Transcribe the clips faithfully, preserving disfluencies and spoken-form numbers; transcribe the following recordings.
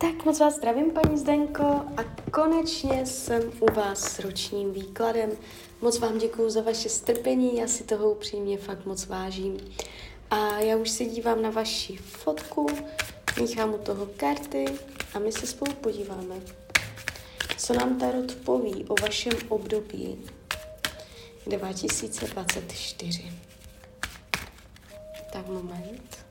Tak moc vás zdravím, paní Zdenko, a konečně jsem u vás s ročním výkladem. Moc vám děkuju za vaše strpení, já si toho upřímně fakt moc vážím. A já už se dívám na vaši fotku, míchám u toho karty a my se spolu podíváme, co nám tarot poví o vašem období dva tisíce dvacet čtyři. Tak moment.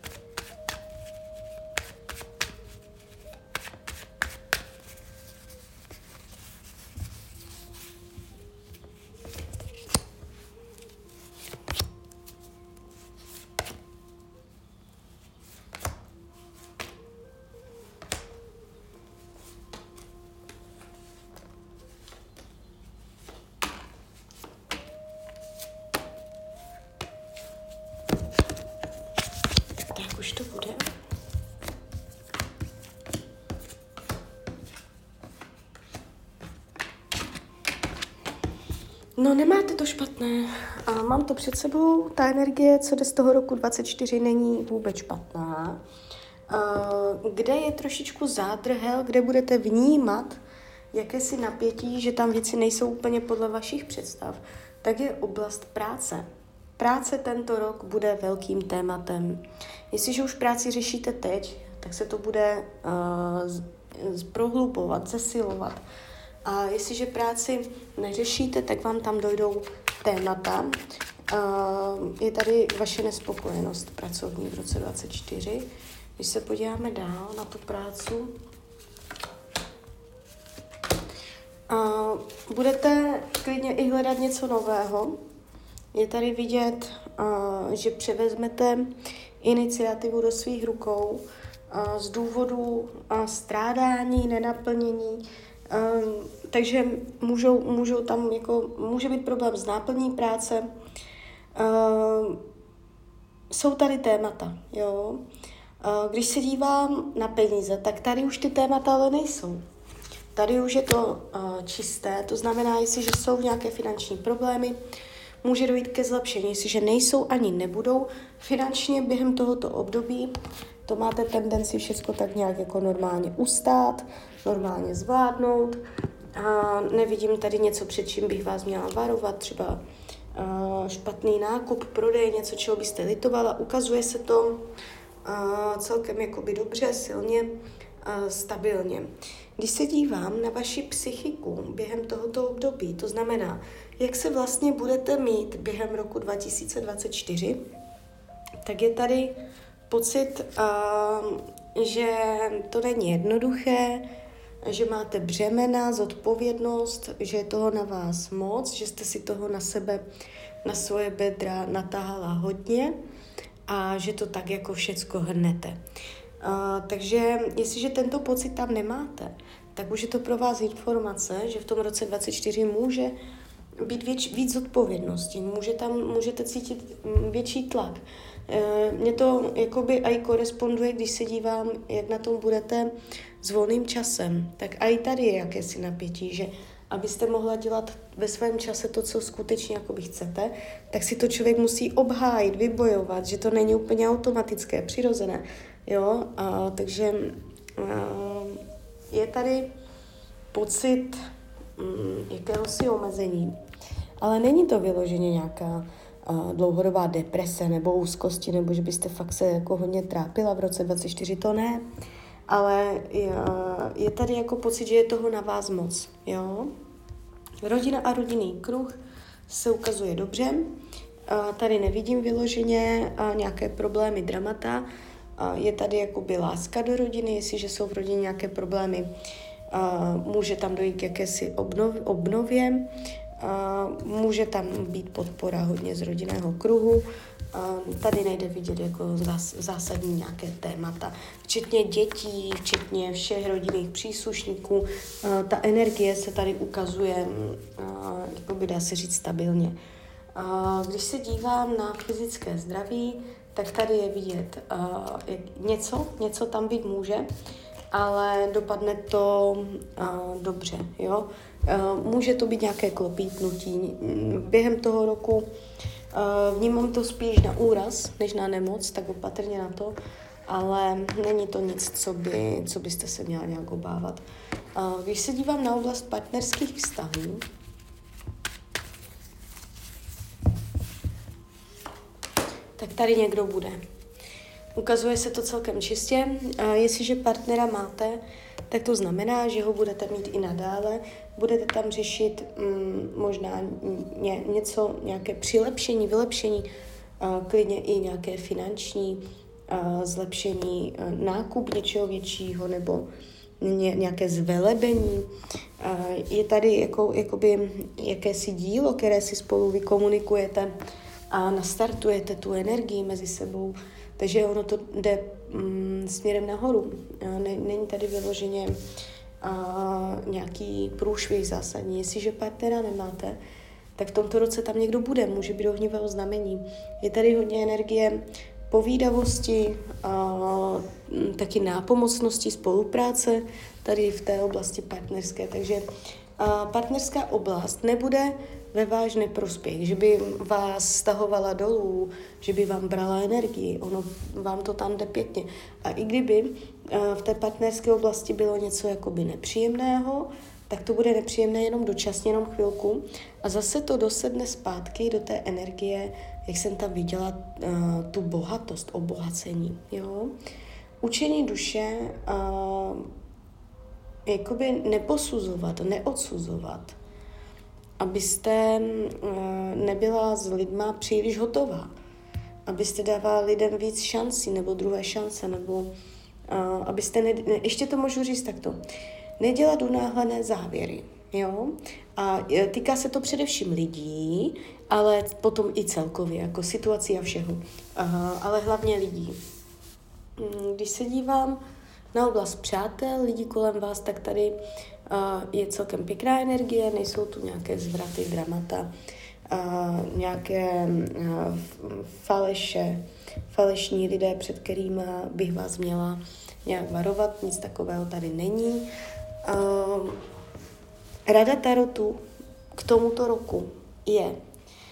Jak už to bude? No, nemáte to špatné. A mám to před sebou. Ta energie, co jde z toho roku dvacet čtyři, není vůbec špatná. A kde je trošičku zádrhel, kde budete vnímat jakési napětí, že tam věci nejsou úplně podle vašich představ, tak je oblast práce. Práce tento rok bude velkým tématem. Jestliže už práci řešíte teď, tak se to bude uh, prohlubovat, zesilovat. A jestliže práci neřešíte, tak vám tam dojdou témata. Uh, je tady vaše nespokojenost pracovní v roce dvacet čtyři. Když se podíváme dál na tu práci, uh, budete klidně i hledat něco nového. Je tady vidět, uh, že převezmete iniciativu do svých rukou uh, z důvodu uh, strádání, nenaplnění. Um, takže můžou, můžou tam jako, může být problém s náplní práce. Um, jsou tady témata, jo. Uh, když se dívám na peníze, tak tady už ty témata ale nejsou. Tady už je to uh, čisté, to znamená, jestliže jsou nějaké finanční problémy, může dojít ke zlepšení. Jestliže nejsou ani nebudou finančně během tohoto období, to máte tendenci všechno tak nějak jako normálně ustát, normálně zvládnout. A nevidím tady něco, před čím bych vás měla varovat, třeba uh, špatný nákup, prodej, něco, čeho byste litovala. Ukazuje se to uh, celkem jakoby dobře, silně, uh, stabilně. Když se dívám na vaši psychiku během tohoto období, to znamená, jak se vlastně budete mít během roku dva tisíce dvacet čtyři, tak je tady pocit, uh, že to není jednoduché, že máte břemena, zodpovědnost, že je toho na vás moc, že jste si toho na sebe, na svoje bedra natáhala hodně a že to tak jako všecko hrnete. Uh, takže jestliže tento pocit tam nemáte, tak už je to pro vás informace, že v tom roce dvacet čtyři může být věč, víc zodpovědnosti, může tam, můžete cítit větší tlak. E, mně to jakoby i koresponduje, když se dívám, jak na tom budete s volným časem, tak i tady je jakési napětí, že abyste mohla dělat ve svém čase to, co skutečně jakoby chcete, tak si to člověk musí obhájit, vybojovat, že to není úplně automatické, přirozené. Jo? A, takže a, je tady pocit mm, jakéhosi omezení, ale není to vyloženě nějaká uh, dlouhodobá deprese nebo úzkosti, nebo že byste fakt se jako hodně trápila v roce dvacet čtyři, to ne, ale je, je tady jako pocit, že je toho na vás moc, jo. Rodina a rodinný kruh se ukazuje dobře, uh, tady nevidím vyloženě uh, nějaké problémy, dramata, uh, je tady jakoby láska do rodiny, jestliže jsou v rodině nějaké problémy, uh, může tam dojít k jakési obnov, obnově, Uh, může tam být podpora hodně z rodinného kruhu. Uh, tady nejde vidět jako zás, zásadní nějaké témata, včetně dětí, včetně všech rodinných příslušníků. Uh, ta energie se tady ukazuje, uh, jako by dá se říct, stabilně. Uh, když se dívám na fyzické zdraví, tak tady je vidět uh, něco, něco tam být může, ale dopadne to uh, dobře, jo. Uh, může to být nějaké klopítnutí. Během toho roku uh, vnímám to spíš na úraz, než na nemoc, tak opatrně na to. ale není to nic, co, by, co byste se měla nějak obávat. Uh, když se dívám na oblast partnerských vztahů, tak tady někdo bude. Ukazuje se to celkem čistě. A jestliže partnera máte, tak to znamená, že ho budete mít i nadále. Budete tam řešit mm, možná ně, něco, nějaké přilepšení, vylepšení, a klidně i nějaké finanční a zlepšení, a nákup něčeho většího nebo ně, nějaké zvelebení. A je tady jako, jakoby jakési dílo, které si spolu vykomunikujete a nastartujete tu energii mezi sebou. Takže ono to jde mm, směrem nahoru. Ne, není tady vyloženě a, nějaký průšvih zásadní. Jestliže partnera nemáte, tak v tomto roce tam někdo bude, může být ohnivého znamení. Je tady hodně energie povídavosti, a, taky nápomocnosti, spolupráce tady v té oblasti partnerské. Takže a, partnerská oblast nebude ve váš neprospěch, že by vás stahovala dolů, že by vám brala energii, ono vám to tam jde pěkně. A i kdyby v té partnerské oblasti bylo něco jakoby nepříjemného, tak to bude nepříjemné jenom dočasně, jenom chvilku a zase to dosedne zpátky do té energie, jak jsem tam viděla uh, tu bohatost, obohacení. Jo? Učení duše uh, jakoby neposuzovat, neodsuzovat, abyste uh, nebyla s lidma příliš hotová, abyste dávala lidem víc šancí nebo druhé šance, nebo uh, abyste, ne, ne, ještě to můžu říct takto, nedělat unáhlené závěry, jo, a týká se to především lidí, ale potom i celkově, jako situací a všeho, uh, ale hlavně lidí. Když se dívám na oblast přátel, lidí kolem vás, tak tady uh, je celkem pěkná energie, nejsou tu nějaké zvraty, dramata, uh, nějaké uh, faleše, falešní lidé, před kterými bych vás měla nějak varovat, nic takového tady není. Uh, rada tarotu k tomuto roku je, uh,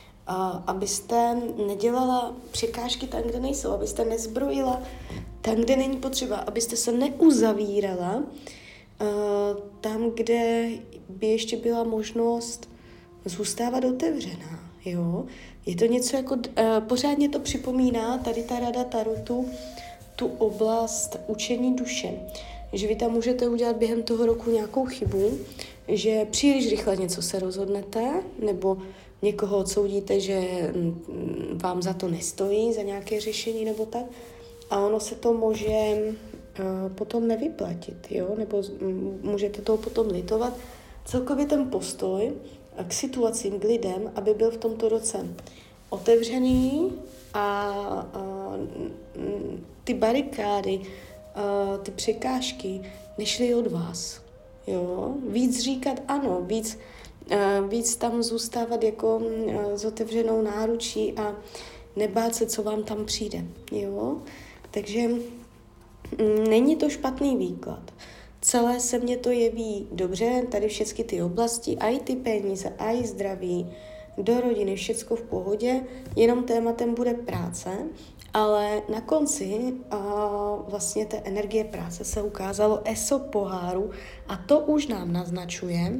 abyste nedělala překážky tam, kde nejsou, abyste nezbrojila tam, kde není potřeba, abyste se neuzavírala uh, tam, kde by ještě byla možnost zůstávat otevřená. Jo? Je to něco jako, uh, pořádně to připomíná tady ta rada tarotu, tu oblast učení duše. Že vy tam můžete udělat během toho roku nějakou chybu, že příliš rychle něco se rozhodnete, nebo někoho odsoudíte, že vám za to nestojí, za nějaké řešení nebo tak, a ono se to může uh, potom nevyplatit, jo? Nebo um, můžete toho potom litovat. Celkově ten postoj k situacím, k lidem, aby byl v tomto roce otevřený a, a ty barikády, a ty překážky nešly od vás. Jo? Víc říkat ano, víc, a víc tam zůstávat jako s otevřenou náručí a nebát se, co vám tam přijde. Jo? Takže m, není to špatný výklad. Celé se mně to jeví dobře, tady všechny ty oblasti, a i ty peníze, a i zdraví, do rodiny, všecko v pohodě, jenom tématem bude práce, ale na konci a vlastně té energie práce se ukázalo eso poháru a to už nám naznačuje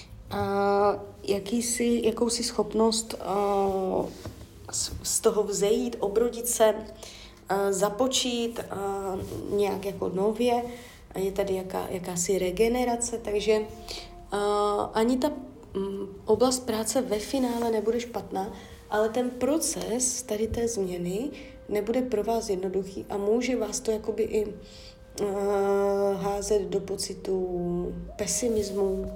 a jakýsi, jakousi schopnost a, z, z toho vzejít, obrodit se, a, započít a, nějak jako nově. A je tady jaká, jakási regenerace, takže a, ani ta m, oblast práce ve finále nebude špatná, ale ten proces tady té změny nebude pro vás jednoduchý a může vás to jakoby i uh, házet do pocitu pesimismu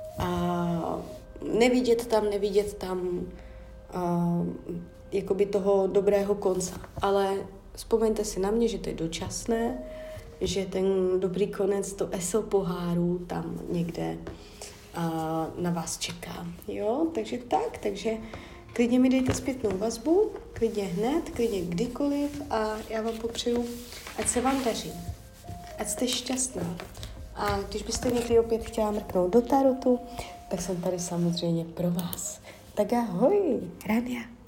a nevidět tam, nevidět tam uh, jakoby toho dobrého konce. Ale vzpomeňte si na mě, že to je dočasné, že ten dobrý konec, to eso poháru tam někde uh, na vás čeká. Jo, takže tak, takže klidně mi dejte zpětnou vazbu, klidně hned, klidně kdykoliv a já vám popřeju, ať se vám daří, ať jste šťastná. A když byste někdy opět chtěla mrknout do tarotu, tak jsem tady samozřejmě pro vás. Tak ahoj, Rania.